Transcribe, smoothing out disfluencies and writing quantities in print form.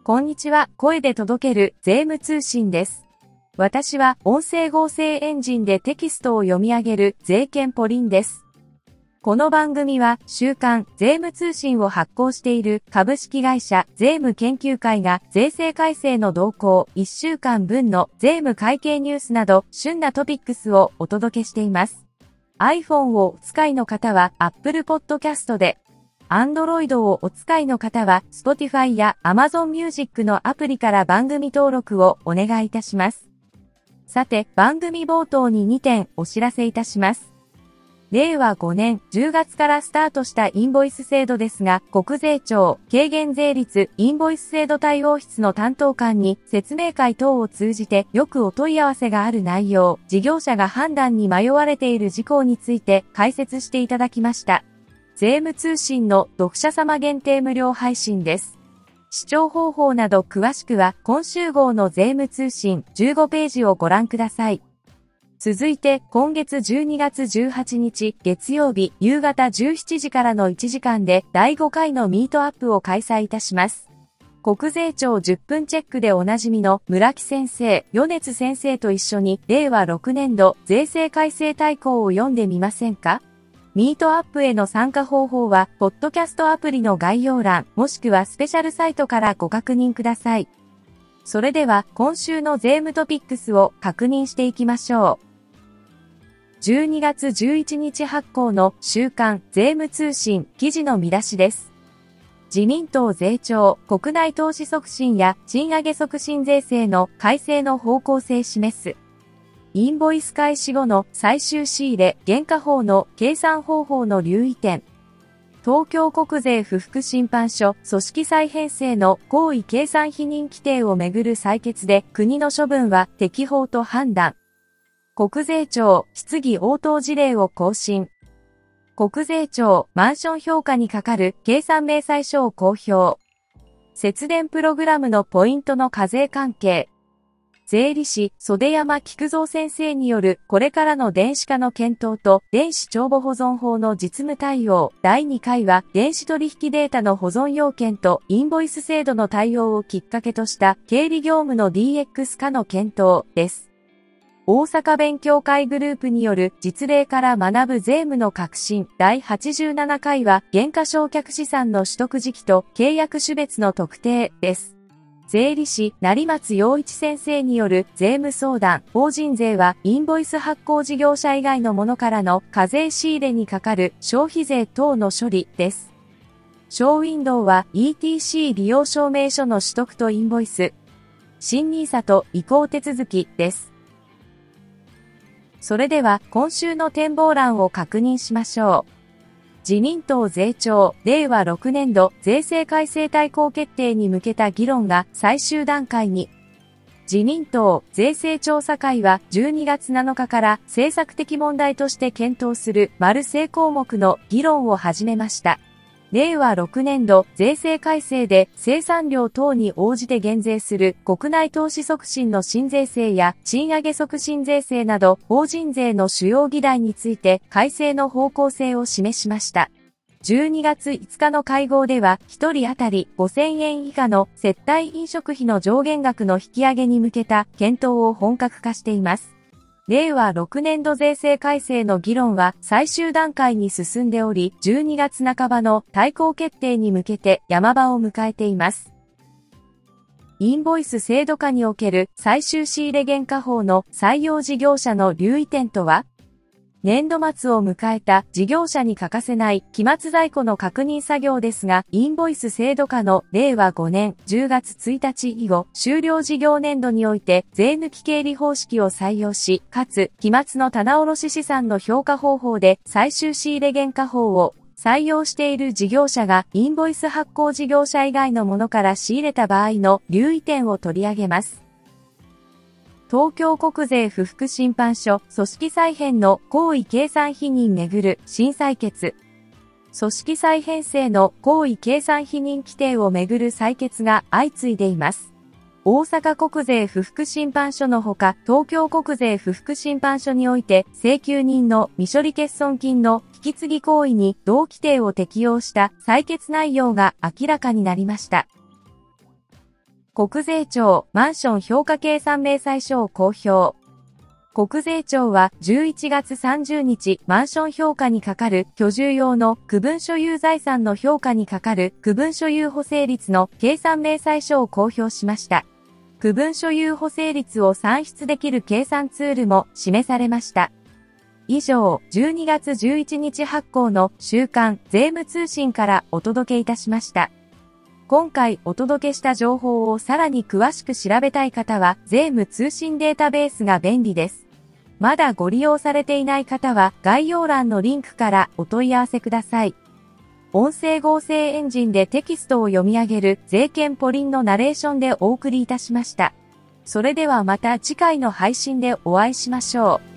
こんにちは、声で届ける税務通信です。私は音声合成エンジンでテキストを読み上げる税研ポリンです。この番組は週刊税務通信を発行している株式会社税務研究会が税制改正の動向1週間分の税務会計ニュースなど旬なトピックスをお届けしています。iPhone をお使いの方は Apple Podcast で、Android をお使いの方は Spotify や Amazon Music のアプリから番組登録をお願いいたします。さて、番組冒頭に2点お知らせいたします。令和5年10月からスタートしたインボイス制度ですが、国税庁軽減税率インボイス制度対応室の担当官に説明会等を通じてよくお問い合わせがある内容、事業者が判断に迷われている事項について解説していただきました。税務通信の読者様限定無料配信です。視聴方法など詳しくは今週号の税務通信15ページをご覧ください。続いて今月12月18日月曜日夕方17時からの1時間で第5回のミートアップを開催いたします。国税庁10分チェックでおなじみの村木先生、米津先生と一緒に令和6年度税制改正大綱を読んでみませんか？ミートアップへの参加方法は、ポッドキャストアプリの概要欄、もしくはスペシャルサイトからご確認ください。それでは、今週の税務トピックスを確認していきましょう。12月11日発行の週刊税務通信記事の見出しです。自民党税調、国内投資促進や賃上げ促進税制の改正の方向性示す。インボイス開始後の最終仕入れ原価法の計算方法の留意点。東京国税不服審判所組織再編成の行為計算否認規定をめぐる採決で国の処分は適法と判断。国税庁質疑応答事例を更新。国税庁マンション評価にかかる計算明細書を公表。節電プログラムのポイントの課税関係。税理士、袖山菊蔵先生によるこれからの電子化の検討と電子帳簿保存法の実務対応第2回は電子取引データの保存要件とインボイス制度の対応をきっかけとした経理業務の DX 化の検討です。大阪勉強会グループによる実例から学ぶ税務の革新第87回は減価償却資産の取得時期と契約種別の特定です。税理士、成松陽一先生による税務相談、法人税はインボイス発行事業者以外のものからの課税仕入れにかかる消費税等の処理です。ショーウィンドウは ETC 利用証明書の取得とインボイス、新NISAと移行手続きです。それでは今週の展望欄を確認しましょう。自民党税調、令和6年度税制改正大綱決定に向けた議論が最終段階に。自民党税制調査会は12月7日から政策的問題として検討する丸正項目の議論を始めました。令和6年度税制改正で生産量等に応じて減税する国内投資促進の新税制や賃上げ促進税制など法人税の主要議題について改正の方向性を示しました。12月5日の会合では1人当たり5000円以下の接待飲食費の上限額の引き上げに向けた検討を本格化しています。令和6年度税制改正の議論は最終段階に進んでおり、12月半ばの大綱決定に向けて山場を迎えています。インボイス制度下における最終仕入れ原価法の採用事業者の留意点とは？年度末を迎えた事業者に欠かせない期末在庫の確認作業ですが、インボイス制度下の令和5年10月1日以後、終了事業年度において税抜き経理方式を採用し、かつ期末の棚卸資産の評価方法で最終仕入れ原価法を採用している事業者がインボイス発行事業者以外のものから仕入れた場合の留意点を取り上げます。東京国税不服審判所組織再編の行為計算否認めぐる新採決。組織再編成の行為計算否認規定をめぐる採決が相次いでいます。大阪国税不服審判所のほか、東京国税不服審判所において請求人の未処理欠損金の引き継ぎ行為に同規定を適用した採決内容が明らかになりました。 国税庁マンション評価計算明細書を公表。国税庁は11月30日、マンション評価にかかる居住用の区分所有財産の評価にかかる区分所有補正率の計算明細書を公表しました。区分所有補正率を算出できる計算ツールも示されました。以上、12月11日発行の週刊税務通信からお届けいたしました。今回お届けした情報をさらに詳しく調べたい方は、税務通信データベースが便利です。まだご利用されていない方は、概要欄のリンクからお問い合わせください。音声合成エンジンでテキストを読み上げる税券ポリンのナレーションでお送りいたしました。それではまた次回の配信でお会いしましょう。